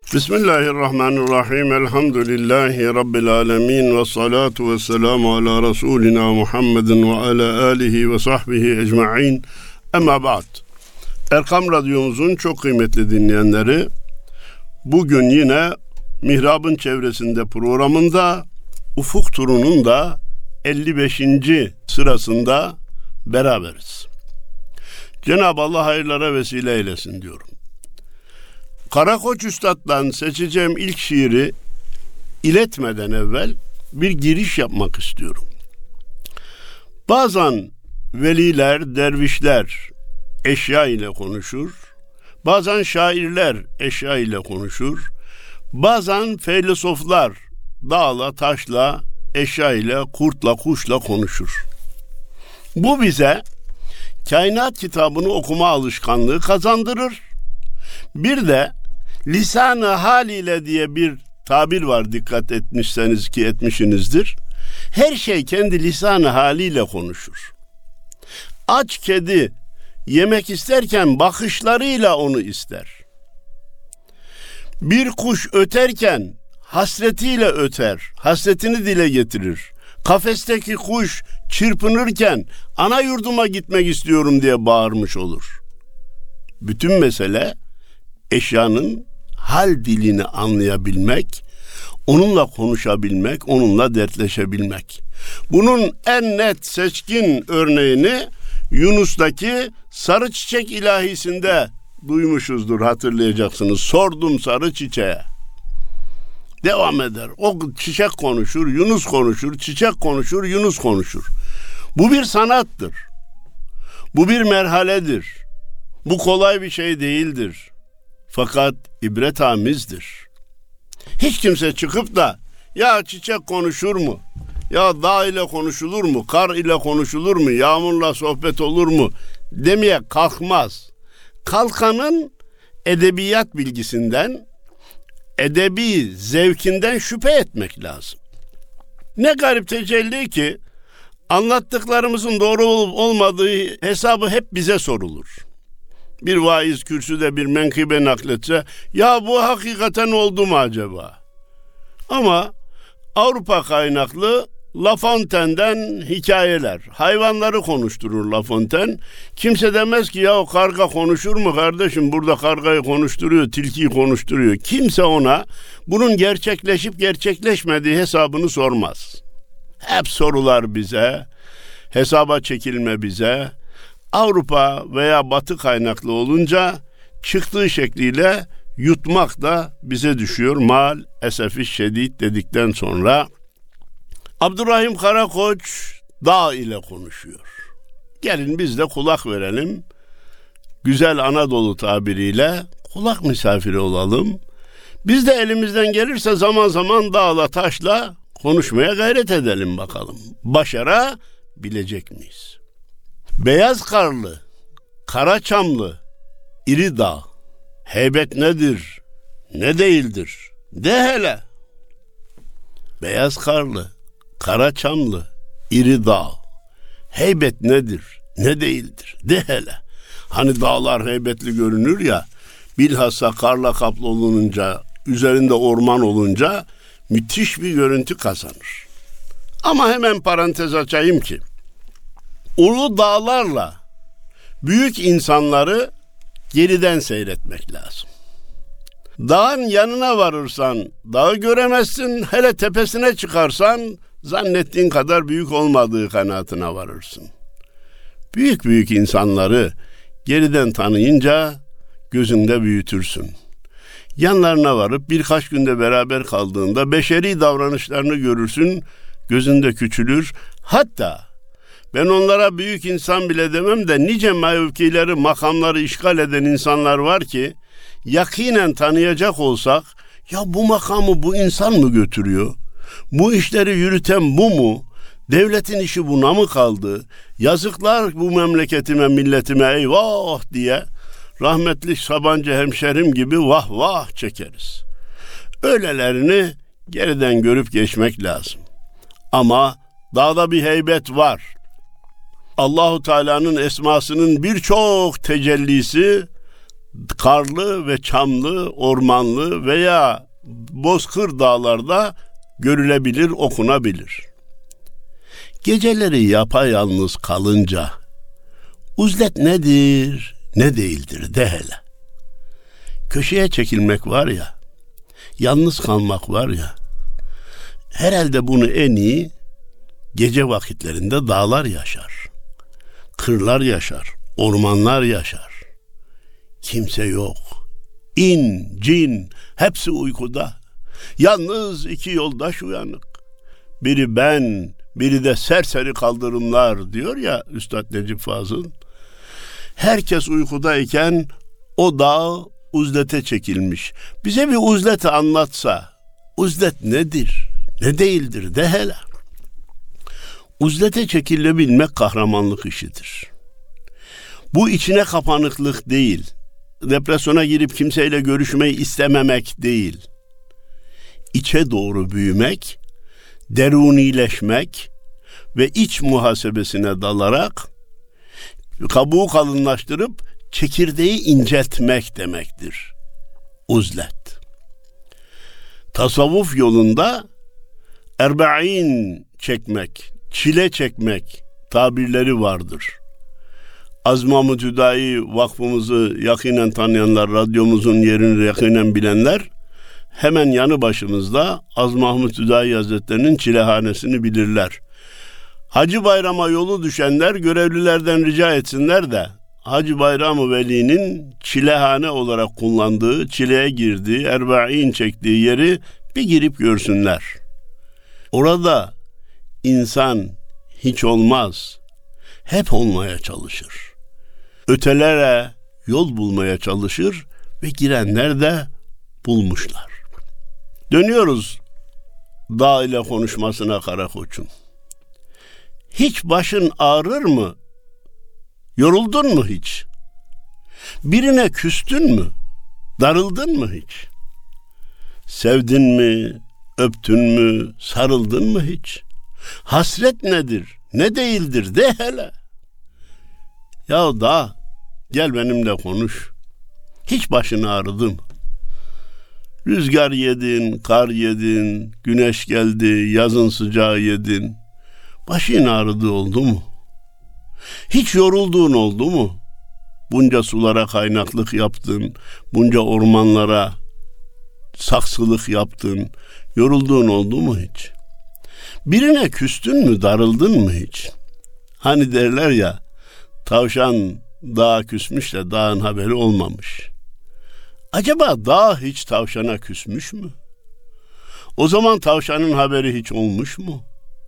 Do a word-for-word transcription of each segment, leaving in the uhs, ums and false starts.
Bismillahirrahmanirrahim. Elhamdülillahi Rabbil alemin. Ve salatu ve selamu ala Resulina Muhammedin ve ala alihi ve sahbihi ecma'in. Ama ba'd. Erkam Radyomuzun çok kıymetli dinleyenleri, bugün yine Mihrab'ın Çevresinde programında Ufuk Turu'nun da elli beşinci sırasında beraberiz. Cenab-ı Allah hayırlara vesile eylesin diyorum. Karakoç Üstad'dan seçeceğim ilk şiiri iletmeden evvel bir giriş yapmak istiyorum. Bazen veliler, dervişler eşya ile konuşur, bazen şairler eşya ile konuşur, bazen filozoflar dağla, taşla, eşya ile, kurtla, kuşla konuşur. Bu bize kainat kitabını okuma alışkanlığı kazandırır. Bir de lisan-ı haliyle diye bir tabir var, dikkat etmişseniz ki etmişsinizdir. Her şey kendi lisan-ı haliyle konuşur. Aç kedi yemek isterken bakışlarıyla onu ister. Bir kuş öterken hasretiyle öter, hasretini dile getirir. Kafesteki kuş çırpınırken ana yurduma gitmek istiyorum diye bağırmış olur. Bütün mesele eşyanın hal dilini anlayabilmek, onunla konuşabilmek, onunla dertleşebilmek. Bunun en net, seçkin örneğini Yunus'taki sarı çiçek ilahisinde duymuşuzdur, hatırlayacaksınız. Sordum sarı çiçeğe. Devam eder. O çiçek konuşur, Yunus konuşur, çiçek konuşur, Yunus konuşur. Bu bir sanattır. Bu bir merhaledir. Bu kolay bir şey değildir. Fakat ibretamizdir. Hiç kimse çıkıp da ya çiçek konuşur mu? Ya dağ ile konuşulur mu? Kar ile konuşulur mu? Yağmurla sohbet olur mu? Demeye kalkmaz. Kalkanın edebiyat bilgisinden, edebi zevkinden şüphe etmek lazım. Ne garip tecelli ki anlattıklarımızın doğru olup olmadığı hesabı hep bize sorulur. Bir vaiz kürsüde bir menkıbe nakletse, ya bu hakikaten oldu mu acaba? Ama Avrupa kaynaklı La Fontaine'den hikayeler, hayvanları konuşturur La Fontaine. Kimse demez ki ya o karga konuşur mu kardeşim? Burada kargayı konuşturuyor, tilkiyi konuşturuyor. Kimse ona bunun gerçekleşip gerçekleşmediği hesabını sormaz. Hep sorular bize, hesaba çekilme bize. Avrupa veya Batı kaynaklı olunca çıktığı şekliyle yutmak da bize düşüyor. Mal esefi şedid dedikten sonra Abdurrahim Karakoç dağ ile konuşuyor. Gelin biz de kulak verelim. Güzel Anadolu tabiriyle kulak misafiri olalım. Biz de elimizden gelirse zaman zaman dağla taşla konuşmaya gayret edelim bakalım. Başarabilecek miyiz? Beyaz karlı, kara çamlı, iri dağ. Heybet nedir, ne değildir? De hele. Beyaz karlı, kara çamlı, iri dağ. Heybet nedir, ne değildir? De hele. Hani dağlar heybetli görünür ya, bilhassa karla kaplı olunca, üzerinde orman olunca müthiş bir görüntü kazanır. Ama hemen parantez açayım ki, ulu dağlarla büyük insanları geriden seyretmek lazım. Dağın yanına varırsan dağı göremezsin, hele tepesine çıkarsan zannettiğin kadar büyük olmadığı kanaatine varırsın. Büyük büyük insanları geriden tanıyınca gözünde büyütürsün. Yanlarına varıp birkaç günde beraber kaldığında beşeri davranışlarını görürsün, gözünde küçülür. Hatta ben onlara büyük insan bile demem de nice mevkileri, makamları işgal eden insanlar var ki yakinen tanıyacak olsak, ya bu makamı bu insan mı götürüyor? Bu işleri yürüten bu mu? Devletin işi buna mı kaldı? Yazıklar bu memleketime, milletime, eyvah diye rahmetli Sabancı hemşerim gibi vah vah çekeriz. Öylelerini geriden görüp geçmek lazım. Ama dağda bir heybet var. Allahu Teala'nın esmasının birçok tecellisi karlı ve çamlı, ormanlı veya bozkır dağlarda görülebilir, okunabilir. Geceleri yapayalnız kalınca uzlet nedir, ne değildir de hele. Köşeye çekilmek var ya, yalnız kalmak var ya, herhalde bunu en iyi gece vakitlerinde dağlar yaşar, kırlar yaşar, ormanlar yaşar. Kimse yok. İn, cin, hepsi uykuda. Yalnız iki yoldaş uyanık. Biri ben, biri de serseri kaldırımlar diyor ya Üstad Necip Fazıl. Herkes uykudayken o dağ uzlete çekilmiş. Bize bir uzleti anlatsa, uzlet nedir, ne değildir de hele. Uzlete çekilebilmek kahramanlık işidir. Bu içine kapanıklık değil. Depresyona girip kimseyle görüşmeyi istememek değil. İçe doğru büyümek, derunileşmek ve iç muhasebesine dalarak kabuğu kalınlaştırıp çekirdeği inceltmek demektir. Uzlet. Tasavvuf yolunda erbain çekmek, çile çekmek tabirleri vardır. Aziz Mahmud Hüdayi Vakfımızı yakinen tanıyanlar, radyomuzun yerini yakinen bilenler, hemen yanı başımızda Aziz Mahmud Hüdayi Hazretleri'nin çilehanesini bilirler. Hacı Bayram'a yolu düşenler görevlilerden rica etsinler de Hacı Bayram-ı Veli'nin çilehane olarak kullandığı, çileye girdiği, erbain çektiği yeri bir girip görsünler. Orada insan hiç olmaz, hep olmaya çalışır. Ötelere yol bulmaya çalışır ve girenler de bulmuşlar. Dönüyoruz dağ ile konuşmasına Karakoç'un. Hiç başın ağrır mı? Yoruldun mu hiç? Birine küstün mü? Darıldın mı hiç? Sevdin mi? Öptün mü? Sarıldın mı hiç? Hasret nedir? Ne değildir de hele. Ya da gel benimle konuş. Hiç başın ağrıdı mı? Rüzgar yedin, kar yedin, güneş geldi, yazın sıcağı yedin. Başın ağrıdı oldu mu? Hiç yorulduğun oldu mu? Bunca sulara kaynaklık yaptın, bunca ormanlara saksılık yaptın. Yorulduğun oldu mu hiç? Birine küstün mü, darıldın mı hiç? Hani derler ya, tavşan dağa küsmüş de dağın haberi olmamış. Acaba dağ hiç tavşana küsmüş mü? O zaman tavşanın haberi hiç olmuş mu?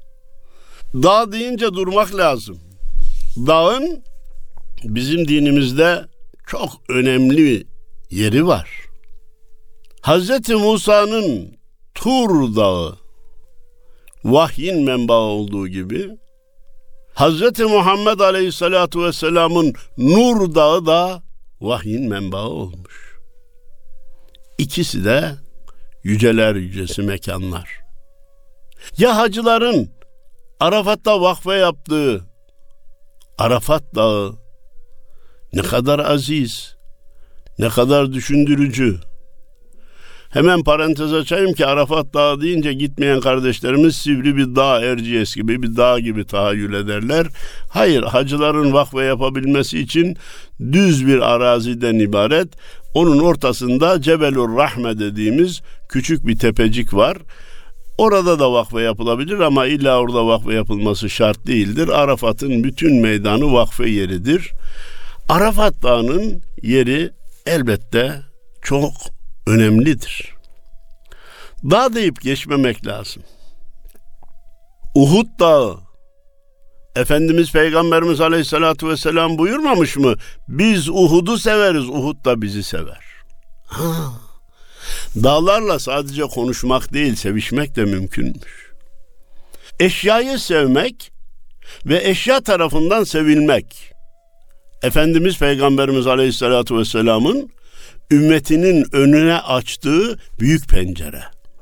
Dağ deyince durmak lazım. Dağın bizim dinimizde çok önemli yeri var. Hazreti Musa'nın Tur Dağı vahyin menbaı olduğu gibi Hazreti Muhammed Aleyhisselatü Vesselam'ın Nur Dağı da vahyin menbaı olmuş. İkisi de yüceler yücesi mekanlar. Ya hacıların Arafat'ta vakfe yaptığı Arafat Dağı ne kadar aziz, ne kadar düşündürücü. Hemen parantez açayım ki Arafat Dağı deyince gitmeyen kardeşlerimiz sivri bir dağ, Erciyes gibi bir dağ gibi tahayyül ederler. Hayır, hacıların vakfe yapabilmesi için düz bir araziden ibaret. Onun ortasında Cebelur Rahme dediğimiz küçük bir tepecik var. Orada da vakfe yapılabilir ama illa orada vakfe yapılması şart değildir. Arafat'ın bütün meydanı vakfe yeridir. Arafat Dağı'nın yeri elbette çok önemlidir. Dağ deyip geçmemek lazım. Uhud Dağı, Efendimiz Peygamberimiz Aleyhisselatü Vesselam buyurmamış mı? Biz Uhud'u severiz, Uhud da bizi sever. Ha. Dağlarla sadece konuşmak değil, sevişmek de mümkünmüş. Eşyayı sevmek ve eşya tarafından sevilmek. Efendimiz Peygamberimiz Aleyhisselatü Vesselam'ın ümmetinin önüne açtığı büyük pencere.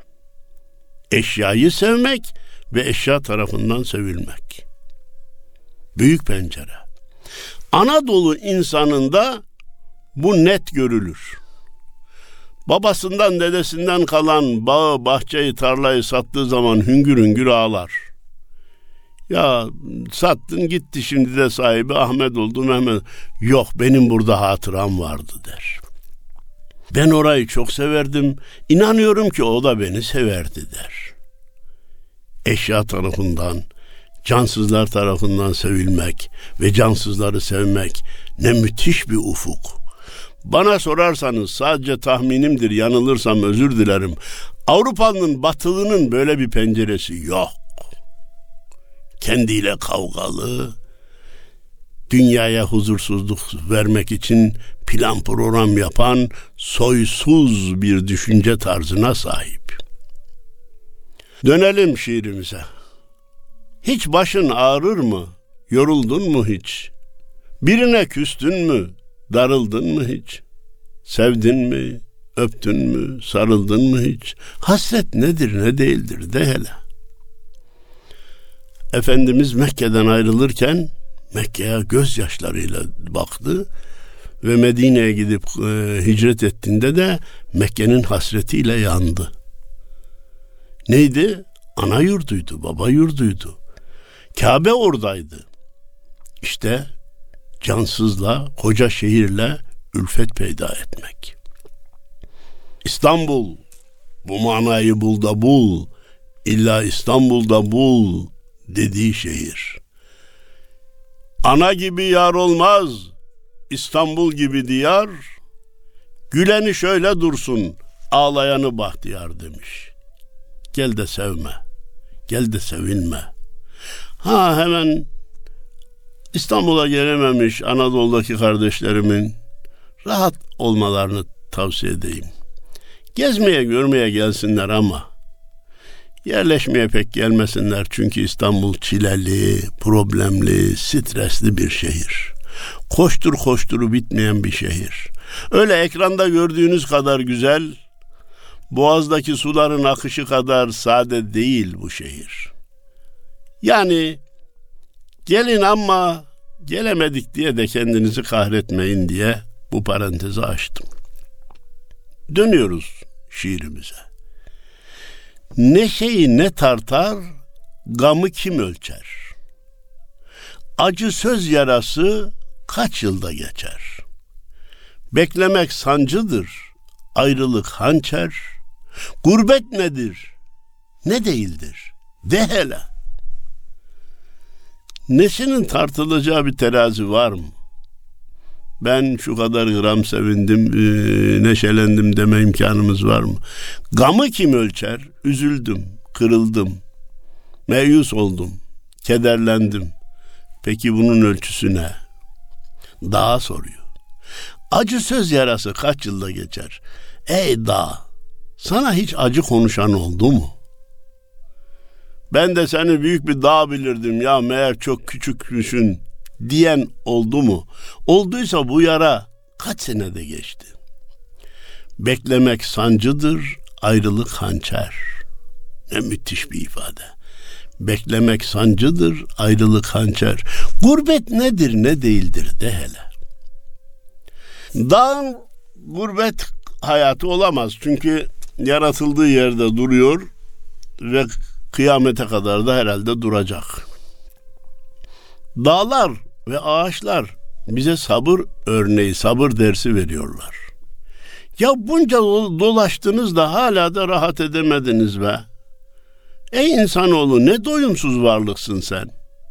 Eşyayı sevmek ve eşya tarafından sevilmek. Büyük pencere. Anadolu insanında bu net görülür. Babasından dedesinden kalan bağı, bahçeyi, tarlayı sattığı zaman hüngür hüngür ağlar. Ya sattın gitti, şimdi de sahibi Ahmet oldu, Mehmet. Yok, benim burada hatıram vardı der. Ben orayı çok severdim. İnanıyorum ki o da beni severdi der. Eşya tarafından, cansızlar tarafından sevilmek ve cansızları sevmek ne müthiş bir ufuk. Bana sorarsanız, sadece tahminimdir, yanılırsam özür dilerim, Avrupa'nın, batılının böyle bir penceresi yok. Kendiyle kavgalı, dünyaya huzursuzluk vermek için plan program yapan soysuz bir düşünce tarzına sahip. Dönelim şiirimize. Hiç başın ağrır mı? Yoruldun mu hiç? Birine küstün mü? Darıldın mı hiç? Sevdin mi? Öptün mü? Sarıldın mı hiç? Hasret nedir ne değildir de hele. Efendimiz Mekke'den ayrılırken Mekke'ye gözyaşlarıyla baktı ve Medine'ye gidip e, hicret ettiğinde de Mekke'nin hasretiyle yandı. Neydi? Ana yurduydu, baba yurduydu. Kabe oradaydı. İşte cansızla, koca şehirle ülfet peyda etmek. İstanbul, bu manayı bul da bul, illa İstanbul'da bul dediği şehir. Ana gibi yar olmaz, İstanbul gibi diyar, güleni şöyle dursun, ağlayanı bahtiyar demiş. Gel de sevme, gel de sevilme. Ha, hemen İstanbul'a gelememiş Anadolu'daki kardeşlerimin rahat olmalarını tavsiye edeyim. Gezmeye, görmeye gelsinler ama yerleşmeye pek gelmesinler, çünkü İstanbul çileli, problemli, stresli bir şehir. Koştur koşturu bitmeyen bir şehir. Öyle ekranda gördüğünüz kadar güzel, Boğaz'daki suların akışı kadar sade değil bu şehir. Yani gelin ama gelemedik diye de kendinizi kahretmeyin diye bu parantezi açtım. Dönüyoruz şiirimize. Neşeyi ne tartar, gamı kim ölçer? Acı söz yarası kaç yılda geçer? Beklemek sancıdır, ayrılık hançer. Gurbet nedir, ne değildir, de hele. Nesinin tartılacağı bir terazi var mı? Ben şu kadar gram sevindim, e, neşelendim deme imkanımız var mı? Gamı kim ölçer? Üzüldüm, kırıldım, meyus oldum, kederlendim. Peki bunun ölçüsü ne? Dağ soruyor. Acı söz yarası kaç yılda geçer? Ey dağ, sana hiç acı konuşan oldu mu? Ben de seni büyük bir dağ bilirdim ya, meğer çok küçükmüşsün diyen oldu mu? Olduysa bu yara kaç senede geçti? Beklemek sancıdır, ayrılık hançer. Ne müthiş bir ifade. Beklemek sancıdır, ayrılık hançer. Gurbet nedir, ne değildir de hele. Dağın gurbet hayatı olamaz. Çünkü yaratıldığı yerde duruyor ve kıyamete kadar da herhalde duracak. Dağlar ve ağaçlar bize sabır örneği, sabır dersi veriyorlar. Ya bunca dolaştınız da hala da rahat edemediniz be. Ey insanoğlu, ne doyumsuz varlıksın sen.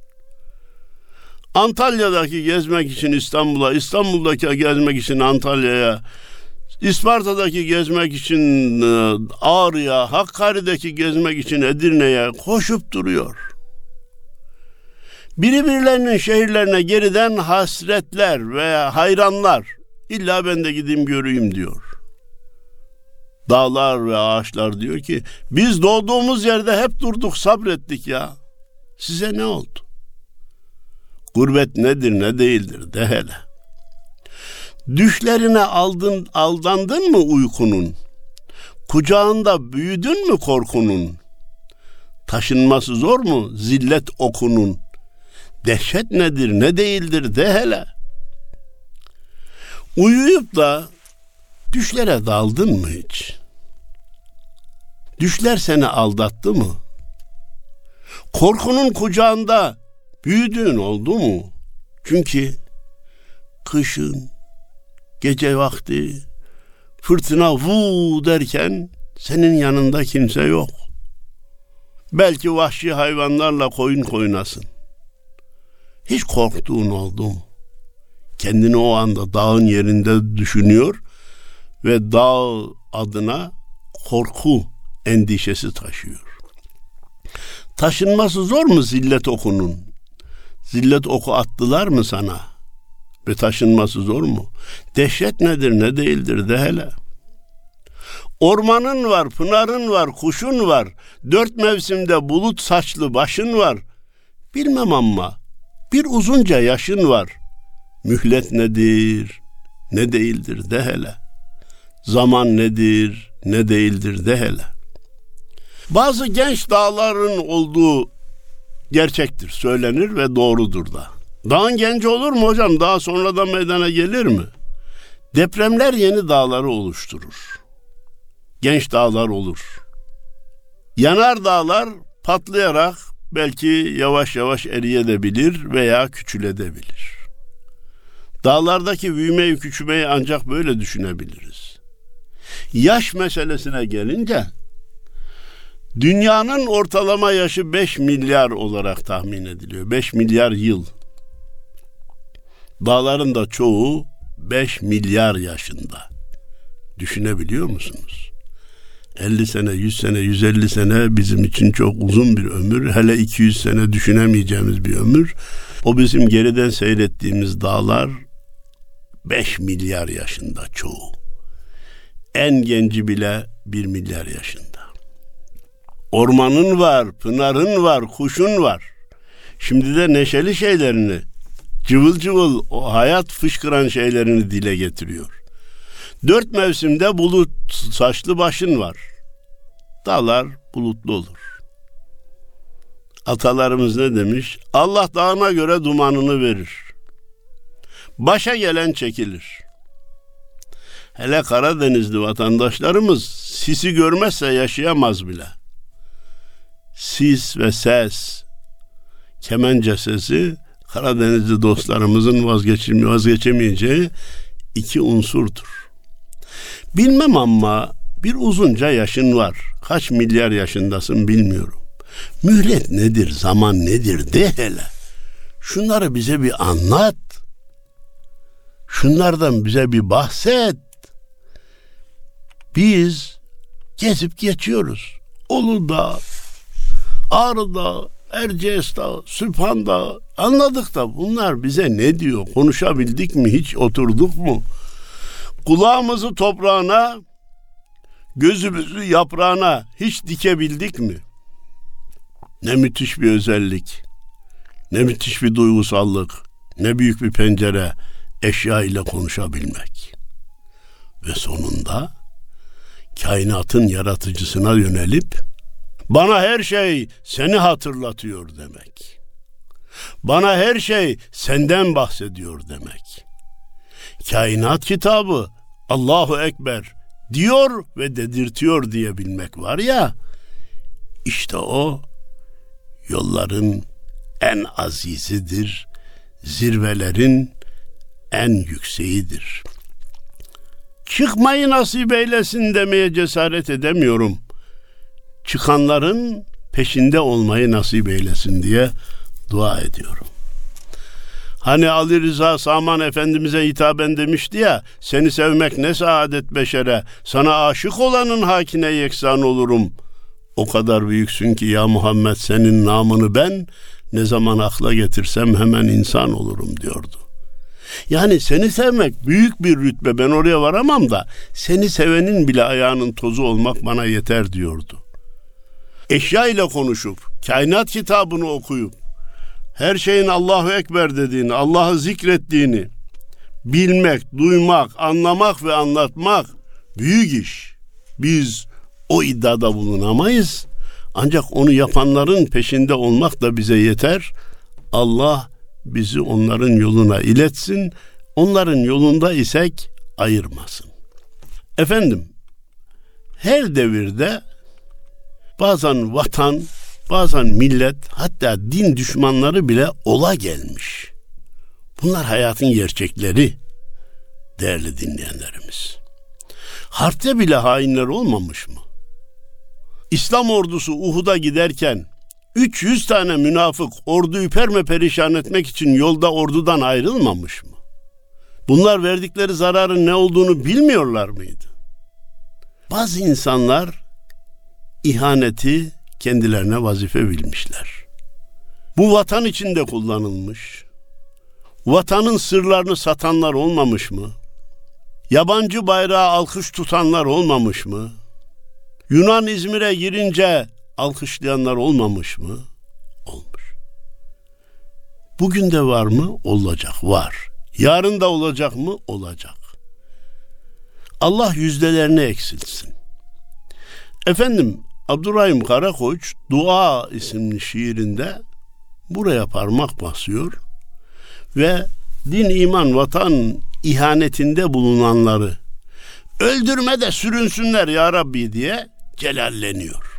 Antalya'daki gezmek için İstanbul'a, İstanbul'daki gezmek için Antalya'ya, İsparta'daki gezmek için Ağrı'ya, Hakkari'deki gezmek için Edirne'ye koşup duruyor. Birbirlerinin şehirlerine geriden hasretler veya hayranlar, illa ben de gideyim göreyim diyor. Dağlar ve ağaçlar diyor ki, biz doğduğumuz yerde hep durduk, sabrettik ya. Size ne oldu? Gurbet nedir, ne değildir de hele. Düşlerine aldın, aldandın mı uykunun? Kucağında büyüdün mü korkunun? Taşınması zor mu zillet okunun? Dehşet nedir, ne değildir de hele. Uyuyup da düşlere daldın mı hiç? Düşler seni aldattı mı? Korkunun kucağında büyüdüğün oldu mu? Çünkü kışın, gece vakti, fırtına vuu derken senin yanında kimse yok. Belki vahşi hayvanlarla koyun koyunasın. Hiç korktuğun oldu mu? Kendini o anda dağın yerinde düşünüyor ve dağ adına korku endişesi taşıyor. Taşınması zor mu zillet okunun? Zillet oku attılar mı sana? Ve taşınması zor mu? Dehşet nedir ne değildir de hele. Ormanın var, pınarın var, kuşun var. Dört mevsimde bulut saçlı başın var. Bilmem ama bir uzunca yaşın var. Mühlet nedir ne değildir de hele. Zaman nedir ne değildir de hele. Bazı genç dağların olduğu gerçektir, söylenir ve doğrudur da. Dağın genci olur mu hocam? Daha sonradan meydana gelir mi? Depremler yeni dağları oluşturur. Genç dağlar olur. Yanar dağlar patlayarak belki yavaş yavaş eriyebilir veya küçülebilir. Dağlardaki büyümeyi küçülmeyi ancak böyle düşünebiliriz. Yaş meselesine gelince dünyanın ortalama yaşı beş milyar olarak tahmin ediliyor. beş milyar yıl. Dağların da çoğu beş milyar yaşında. Düşünebiliyor musunuz? elli sene, yüz sene, yüz elli sene bizim için çok uzun bir ömür. Hele iki yüz sene düşünemeyeceğimiz bir ömür. O bizim geriden seyrettiğimiz dağlar beş milyar yaşında çoğu. En genci bile bir milyar yaşında. Ormanın var, pınarın var, kuşun var. Şimdi de neşeli şeylerini, cıvıl cıvıl o hayat fışkıran şeylerini dile getiriyor. Dört mevsimde bulut saçlı başın var. Dağlar bulutlu olur. Atalarımız ne demiş? Allah dağına göre dumanını verir. Başa gelen çekilir. Hele Karadenizli vatandaşlarımız sisi görmezse yaşayamaz bile. Sis ve ses, kemence sesi Karadenizli dostlarımızın vazgeçilmeye vazgeçemeyeceği iki unsurdur. Bilmem ama bir uzunca yaşın var. Kaç milyar yaşındasın bilmiyorum. Mühlet nedir, zaman nedir de hele. Şunları bize bir anlat. Şunlardan bize bir bahset. Biz gezip geçiyoruz. Uludağ, Ağrı'da, Erciyes'te, Süphan'da anladık da bunlar bize ne diyor? Konuşabildik mi? Hiç oturduk mu? Kulağımızı toprağına, gözümüzü yaprağına hiç dikebildik mi? Ne müthiş bir özellik, ne müthiş bir duygusallık, ne büyük bir pencere eşya ile konuşabilmek. Ve sonunda kainatın yaratıcısına yönelip bana her şey seni hatırlatıyor demek. Bana her şey senden bahsediyor demek. Kainat kitabı Allahu Ekber diyor ve dedirtiyor diyebilmek var ya, işte o yolların en azizidir, zirvelerin en yükseğidir. Çıkmayı nasip eylesin demeye cesaret edemiyorum. Çıkanların peşinde olmayı nasip eylesin diye dua ediyorum. Hani Ali Rıza Saman Efendimiz'e hitaben demişti ya, seni sevmek ne saadet beşere, sana aşık olanın hakine yeksan olurum. O kadar büyüksün ki ya Muhammed, senin namını ben ne zaman akla getirsem hemen insan olurum diyordu. Yani seni sevmek büyük bir rütbe, ben oraya varamam da seni sevenin bile ayağının tozu olmak bana yeter diyordu. Eşya ile konuşup, kainat kitabını okuyup, her şeyin Allahu Ekber dediğini, Allah'ı zikrettiğini bilmek, duymak, anlamak ve anlatmak büyük iş. Biz o iddiada bulunamayız. Ancak onu yapanların peşinde olmak da bize yeter. Allah bizi onların yoluna iletsin. onların yolunda isek ayırmasın. Efendim, her devirde bazen vatan, bazen millet, hatta din düşmanları bile ola gelmiş. Bunlar hayatın gerçekleri değerli dinleyenlerimiz. Harpte bile hainler olmamış mı? İslam ordusu Uhud'a giderken üç yüz tane münafık orduyu permeperişan etmek için yolda ordudan ayrılmamış mı? Bunlar verdikleri zararın ne olduğunu bilmiyorlar mıydı? Bazı insanlar ihaneti kendilerine vazife bilmişler. Bu vatan içinde kullanılmış. Vatanın sırlarını satanlar olmamış mı? Yabancı bayrağa alkış tutanlar olmamış mı? Yunan İzmir'e girince alkışlayanlar olmamış mı? Olmuş. Bugün de var mı? Olacak, var. Yarın da olacak mı? Olacak. Allah yüzdelerini eksiltsin. Efendim, Abdurrahim Karakoç Dua isimli şiirinde buraya parmak basıyor ve din, iman, vatan ihanetinde bulunanları öldürme de sürünsünler ya Rabbi diye celalleniyor.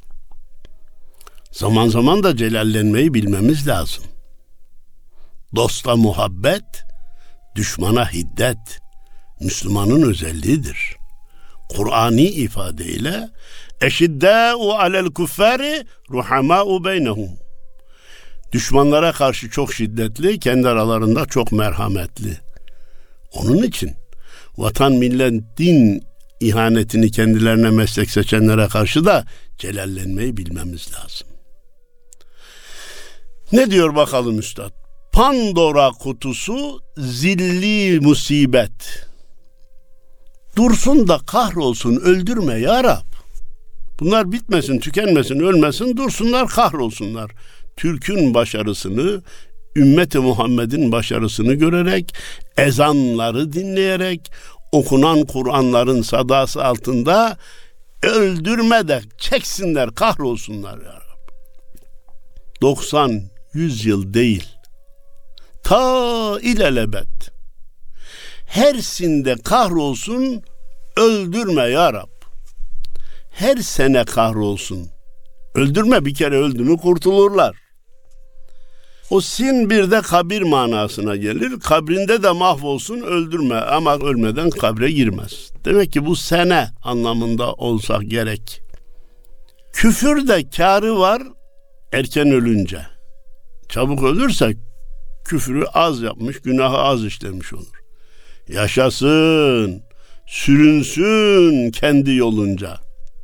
Zaman zaman da celallenmeyi bilmemiz lazım. Dosta muhabbet, düşmana hiddet Müslümanın özelliğidir. Kur'ani ifadeyle eşiddâ'u alel kuffâri ruhamâ'u beynehum. Düşmanlara karşı çok şiddetli, kendi aralarında çok merhametli. Onun için vatan, millet, din ihanetini kendilerine meslek seçenlere karşı da celallenmeyi bilmemiz lazım. Ne diyor bakalım üstad? Pandora kutusu zilli musibet. Dursun da kahrolsun, öldürme ya Rab. Bunlar bitmesin, tükenmesin, ölmesin, dursunlar, kahrolsunlar. Türk'ün başarısını, ümmeti Muhammed'in başarısını görerek, ezanları dinleyerek, okunan Kur'anların sadası altında öldürme de çeksinler, kahrolsunlar ya Rab. doksan yüz yıl değil, ta ilelebet hersinde kahrolsun, öldürme ya Rab. Her sene kahrolsun. Öldürme, bir kere öldü mü kurtulurlar. O sin bir de kabir manasına gelir. Kabrinde de mahvolsun, öldürme ama ölmeden kabre girmez. Demek ki bu sene anlamında olsa gerek. Küfürde kârı var erken ölünce. Çabuk ölürse küfrü az yapmış, günahı az işlemiş olur. Yaşasın, sürünsün kendi yolunca.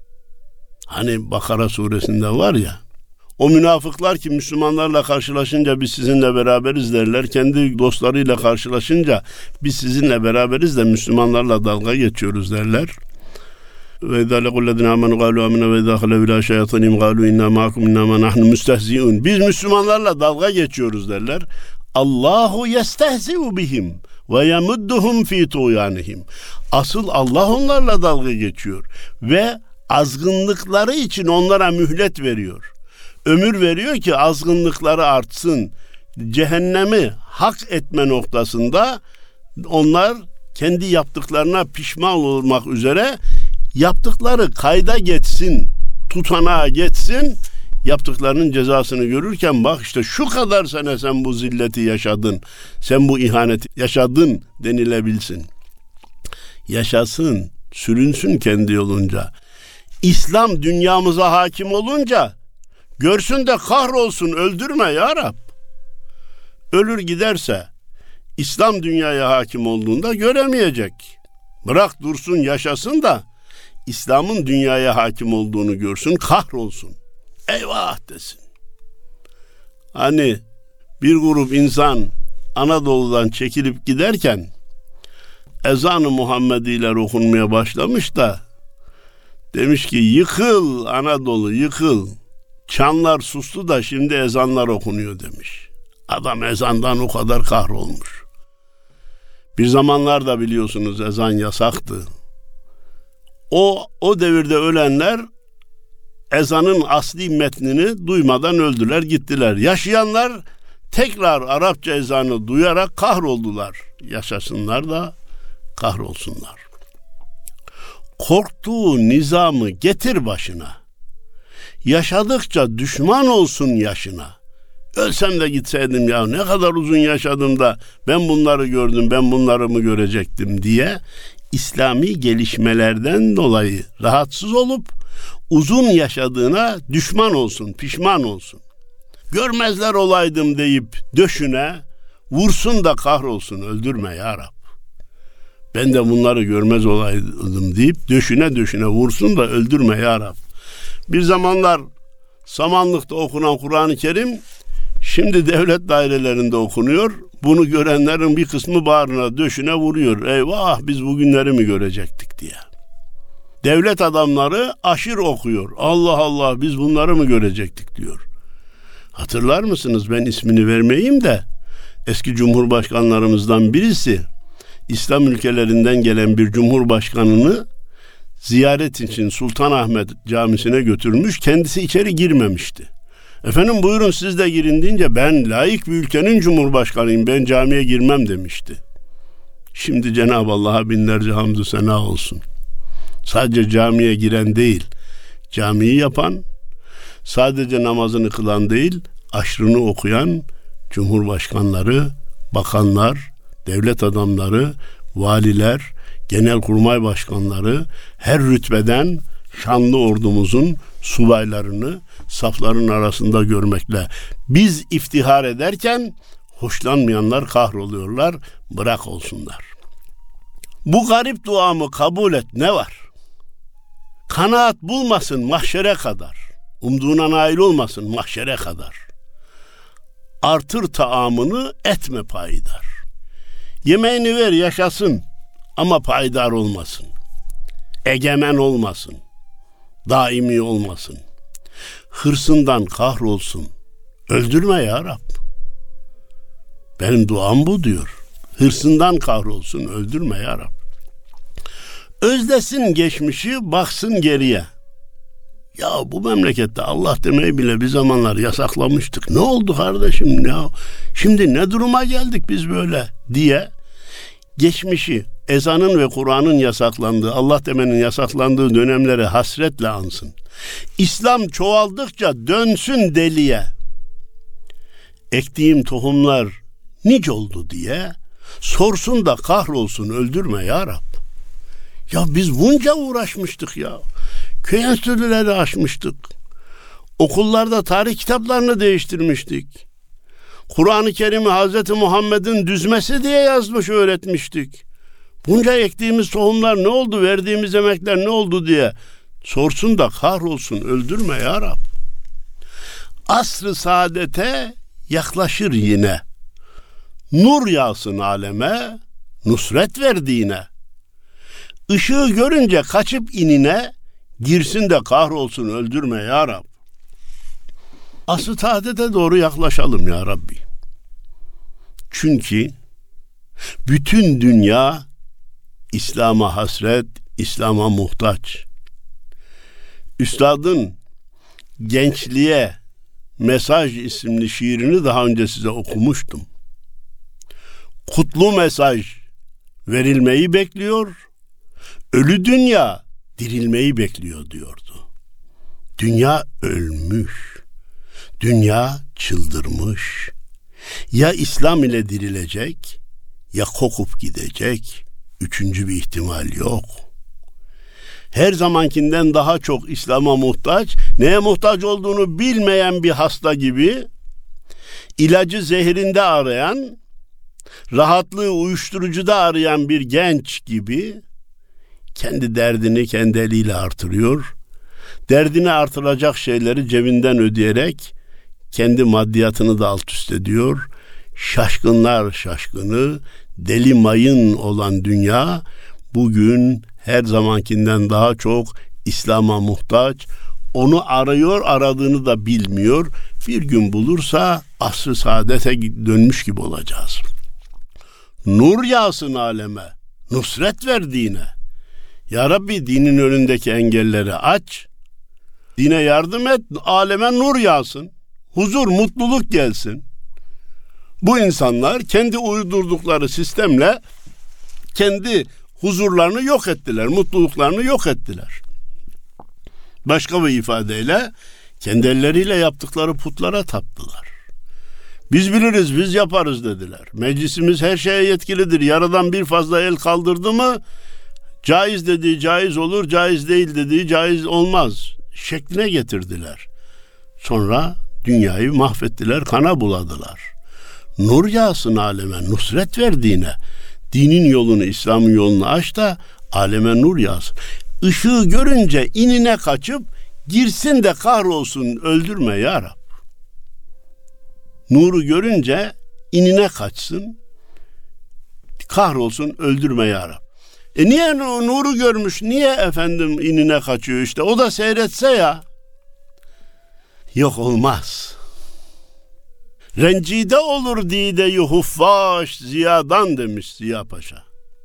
Hani Bakara suresinde var ya, o münafıklar ki Müslümanlarla karşılaşınca biz sizinle beraberiz derler. Kendi dostlarıyla karşılaşınca biz sizinle beraberiz de Müslümanlarla dalga geçiyoruz derler. Ve izâ lequllezîne âmenû gâlû âmennâ ve izâ halevû ilâ şeyâtinihim gâlû innâ ma'akum innâmâ nahnu müstehzi'ûn. Biz Müslümanlarla dalga geçiyoruz derler. Allahu yestehzi'u bihim ve yemudduhum fî tuğyanihim. Asıl Allah onlarla dalga geçiyor ve azgınlıkları için onlara mühlet veriyor. Ömür veriyor ki azgınlıkları artsın. Cehennemi hak etme noktasında onlar kendi yaptıklarına pişman olmak üzere yaptıkları kayda geçsin, tutanağa geçsin, yaptıklarının cezasını görürken bak işte şu kadar sene sen bu zilleti yaşadın, sen bu ihaneti yaşadın denilebilsin. Yaşasın, sürünsün kendi yolunca. İslam dünyamıza hakim olunca görsün de kahrolsun, öldürme ya Rab. Ölür giderse İslam dünyaya hakim olduğunda göremeyecek. Bırak dursun, yaşasın da İslam'ın dünyaya hakim olduğunu görsün, kahrolsun. Eyvah desin. Hani bir grup insan Anadolu'dan çekilip giderken ezan-ı Muhammediler okunmaya başlamış da demiş ki yıkıl Anadolu, yıkıl. Çanlar sustu da şimdi ezanlar okunuyor demiş. Adam ezandan o kadar kahrolmuş. Bir zamanlar da biliyorsunuz ezan yasaktı. O o devirde ölenler ezanın asli metnini duymadan öldüler, gittiler. Yaşayanlar tekrar Arapça ezanı duyarak kahroldular. yaşasınlar da kahrolsunlar. Korktuğu nizamı getir başına. Yaşadıkça düşman olsun yaşına. Ölsem de gitseydim ya, ne kadar uzun yaşadım da ben bunları gördüm, ben bunları mı görecektim diye İslami gelişmelerden dolayı rahatsız olup uzun yaşadığına düşman olsun, pişman olsun. Görmezler olaydım deyip döşüne, vursun da kahrolsun, öldürme ya Rab. Ben de bunları görmez olaydım deyip döşüne döşüne vursun da öldürme ya Rab. Bir zamanlar samanlıkta okunan Kur'an-ı Kerim şimdi devlet dairelerinde okunuyor. Bunu görenlerin bir kısmı bağrına döşüne vuruyor. Eyvah, biz bugünleri mi görecektik diye. Devlet adamları aşır okuyor. Allah Allah, biz bunları mı görecektik diyor. Hatırlar mısınız, ben ismini vermeyeyim de eski cumhurbaşkanlarımızdan birisi İslam ülkelerinden gelen bir cumhurbaşkanını ziyaret için Sultanahmet Camisi'ne götürmüş. Kendisi içeri girmemişti. Efendim buyurun siz de girin deyince ben layık bir ülkenin cumhurbaşkanıyım, ben camiye girmem demişti. Şimdi Cenab-ı Allah'a binlerce hamdü sena olsun. Sadece camiye giren değil, camiyi yapan, sadece namazını kılan değil, aşrını okuyan cumhurbaşkanları, bakanlar, devlet adamları, valiler, genelkurmay başkanları, her rütbeden şanlı ordumuzun subaylarını safların arasında görmekle biz iftihar ederken hoşlanmayanlar kahroluyorlar, bırak olsunlar. Bu garip duamı kabul et, ne var? Kanaat bulmasın mahşere kadar, umduğuna nail olmasın mahşere kadar. Artır taamını, etme payidar. Yemeğini ver yaşasın ama payidar olmasın. Egemen olmasın. Daimi olmasın. Hırsından kahrolsun. Öldürme ya Rab. Benim duam bu diyor. Hırsından kahrolsun, öldürme ya Rab. Özlesin geçmişi, baksın geriye. Ya bu memlekette Allah demeyi bile bir zamanlar yasaklamıştık. Ne oldu kardeşim ya? Şimdi ne duruma geldik biz böyle diye geçmişi, ezanın ve Kur'an'ın yasaklandığı, Allah demenin yasaklandığı dönemlere hasretle ansın. İslam çoğaldıkça dönsün deliye. Ektiğim tohumlar nice oldu diye sorsun da kahrolsun, öldürme ya Rab. Ya biz bunca uğraşmıştık ya. Köy enstitüleri açmıştık. Okullarda tarih kitaplarını değiştirmiştik. Kur'an-ı Kerim'i Hazreti Muhammed'in düzmesi diye yazmış, öğretmiştik. Bunca ektiğimiz tohumlar ne oldu, verdiğimiz emekler ne oldu diye sorsun da kahrolsun, öldürme ya Rab. Asr-ı saadete yaklaşır yine. Nur yağsın aleme, nusret verdiğine. Işığı görünce kaçıp inine, girsin de kahrolsun, öldürme ya Rab. Asr-ı saadete doğru yaklaşalım ya Rabbi. Çünkü bütün dünya İslam'a hasret, İslam'a muhtaç. Üstadın Gençliğe Mesaj isimli şiirini daha önce size okumuştum. Kutlu mesaj verilmeyi bekliyor, ölü dünya dirilmeyi bekliyor diyordu. Dünya ölmüş, dünya çıldırmış. Ya İslam ile dirilecek, ya kokup gidecek. Üçüncü bir ihtimal yok. Her zamankinden daha çok İslam'a muhtaç, neye muhtaç olduğunu bilmeyen bir hasta gibi, ilacı zehrinde arayan, rahatlığı uyuşturucuda arayan bir genç gibi kendi derdini kendi eliyle artırıyor. Derdini artıracak şeyleri cebinden ödeyerek kendi maddiyatını da alt üst ediyor. Şaşkınlar şaşkını, deli mayın olan dünya bugün her zamankinden daha çok İslam'a muhtaç. Onu arıyor, aradığını da bilmiyor. Bir gün bulursa asr-ı saadete dönmüş gibi olacağız. Nur yağsın aleme, nusret ver dine. Ya Rabbi, dinin önündeki engelleri aç, dine yardım et, aleme nur yağsın, huzur, mutluluk gelsin. Bu insanlar kendi uydurdukları sistemle kendi huzurlarını yok ettiler, mutluluklarını yok ettiler. Başka bir ifadeyle kendi elleriyle yaptıkları putlara taptılar. Biz biliriz, biz yaparız dediler. Meclisimiz her şeye yetkilidir. Yaradan bir fazla el kaldırdı mı caiz dediği caiz olur, caiz değil dediği caiz olmaz şekline getirdiler. Sonra dünyayı mahvettiler, kana buladılar. Nur yağsın aleme, nusret ver dine. Dinin yolunu, İslam'ın yolunu aç da aleme nur yağsın. Işığı görünce inine kaçıp girsin de kahrolsun, öldürme ya Rab. Nuru görünce inine kaçsın, kahrolsun, öldürme ya Rab. E niye nuru görmüş, niye efendim inine kaçıyor işte, o da seyretse ya. Yok, olmaz. Rencide olur dide-i huffaş ziyadan demiş Ziya Paşa.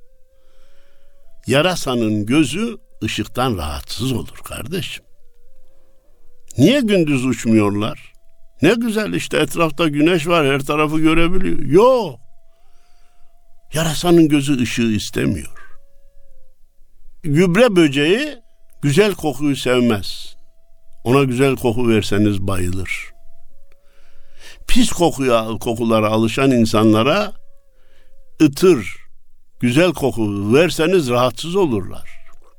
Yarasanın gözü ışıktan rahatsız olur kardeşim. Niye gündüz uçmuyorlar? Ne güzel işte, etrafta güneş var, her tarafı görebiliyor. Yok. Yarasanın gözü ışığı istemiyor. Gübre böceği güzel kokuyu sevmez. Ona güzel koku verseniz bayılır. Pis kokuya, kokulara alışan insanlara ıtır, güzel koku verseniz rahatsız olurlar.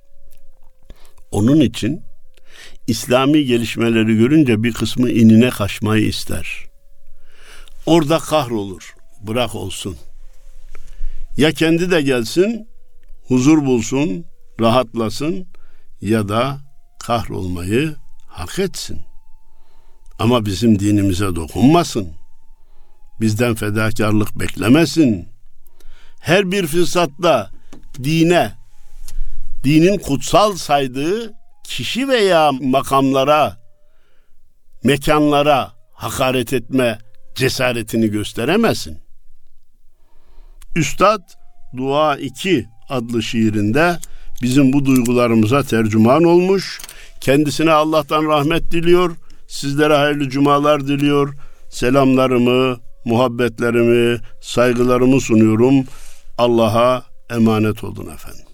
Onun için İslami gelişmeleri görünce bir kısmı inine kaçmayı ister. Orada kahrolur. Bırak olsun. Ya kendi de gelsin, huzur bulsun, rahatlasın, ya da kahrolmayı hak etsin. Ama bizim dinimize dokunmasın. Bizden fedakarlık beklemesin. Her bir fırsatta dine, dinin kutsal saydığı kişi veya makamlara, mekanlara hakaret etme cesaretini gösteremesin. Üstad Dua iki adlı şiirinde bizim bu duygularımıza tercüman olmuş. Kendisine Allah'tan rahmet diliyor. Sizlere hayırlı cumalar diliyor. Selamlarımı, muhabbetlerimi, saygılarımı sunuyorum. Allah'a emanet olun efendim.